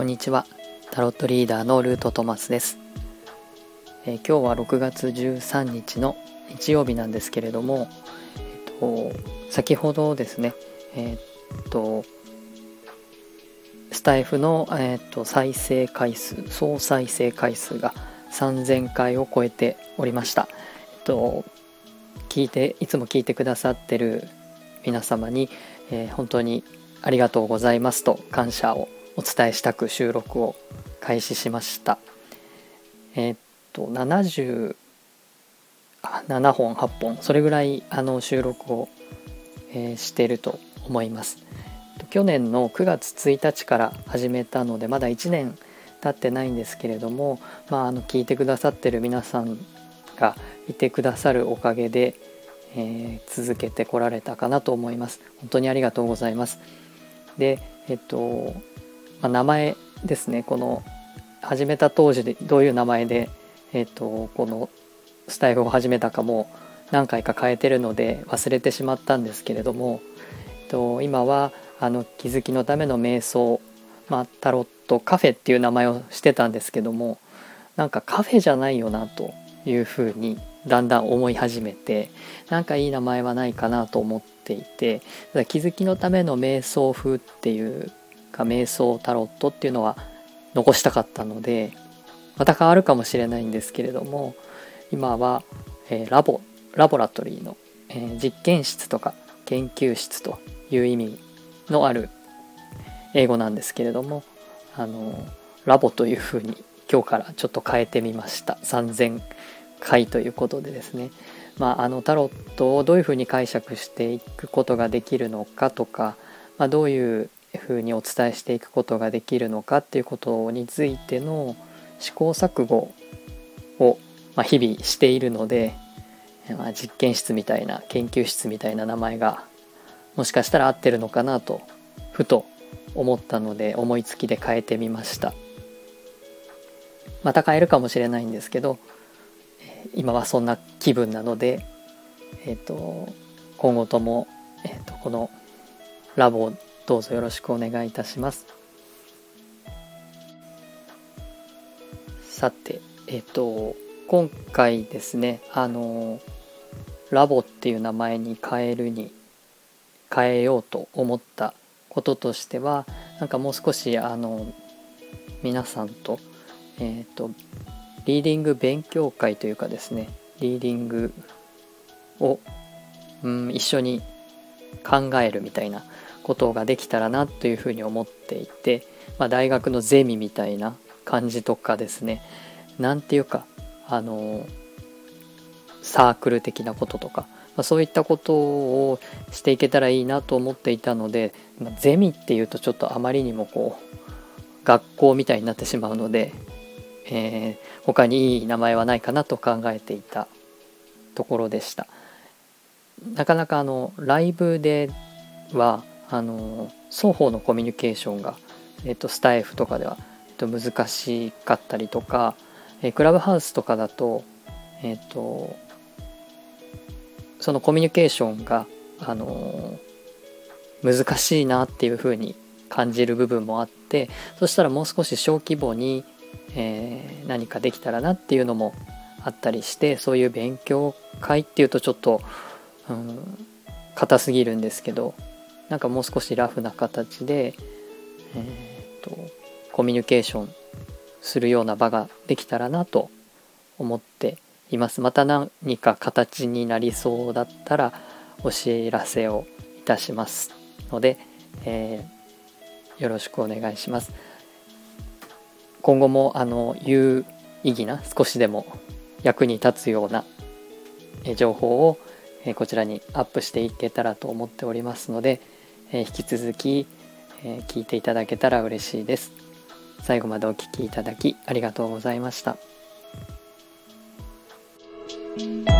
んにちは。タロットリーダーのルートトマスです。今日は6月13日の日曜日なんですけれども、先ほどですね、スタイフの、再生回数、総再生回数が3000回を超えておりました。いつも聞いてくださってる皆様に、本当にありがとうございますと感謝をお伝えしたく収録を開始しました。77本8本それぐらい収録を、していると思います。去年の9月1日から始めたのでまだ1年経ってないんですけれども、聞いてくださってる皆さんがいてくださるおかげで、続けてこられたかなと思います。本当にありがとうございます。で、名前ですね。この始めた当時でどういう名前で、このスタイフを始めたかも何回か変えてるので忘れてしまったんですけれども、今は気づきのための瞑想、タロットカフェっていう名前をしてたんですけども、なんかカフェじゃないよなというふうにだんだん思い始めて、なんかいい名前はないかなと思っていて、気づきのための瞑想風っていうか瞑想タロットっていうのは残したかったので、また変わるかもしれないんですけれども、今は、ラボラトリーの、実験室とか研究室という意味のある英語なんですけれども、ラボというふうに今日からちょっと変えてみました。3000回ということでですね、タロットをどういうふうに解釈していくことができるのかとか、どういうふうにお伝えしていくことができるのかっていうことについての試行錯誤を、日々しているので、実験室みたいな研究室みたいな名前がもしかしたら合ってるのかなとふと思ったので、思いつきで変えてみました。また変えるかもしれないんですけど、今はそんな気分なので、今後とも、このラボをどうぞよろしくお願いいたします。さて、今回ですね、ラボっていう名前に変えようと思ったこととしては、なんかもう少し皆さんと、リーディング勉強会というかですね、リーディングを、一緒に考えるみたいなことができたらなというふうに思っていて、大学のゼミみたいな感じとかですね、なんていうかサークル的なこととか、そういったことをしていけたらいいなと思っていたので、ゼミっていうとちょっとあまりにも学校みたいになってしまうので、他にいい名前はないかなと考えていたところでした。なかなかライブでは双方のコミュニケーションが、スタイフとかでは、難しかったりとか、クラブハウスとかだと、そのコミュニケーションが、難しいなっていう風に感じる部分もあって、そしたらもう少し小規模に、何かできたらなっていうのもあったりして、そういう勉強会っていうとちょっと、硬すぎるんですけど、なんかもう少しラフな形で、コミュニケーションするような場ができたらなと思っています。また何か形になりそうだったらお知らせをいたしますので、よろしくお願いします。今後も有意義な、少しでも役に立つような情報をこちらにアップしていけたらと思っておりますので、引き続き聞いていただけたら嬉しいです。最後までお聞きいただきありがとうございました。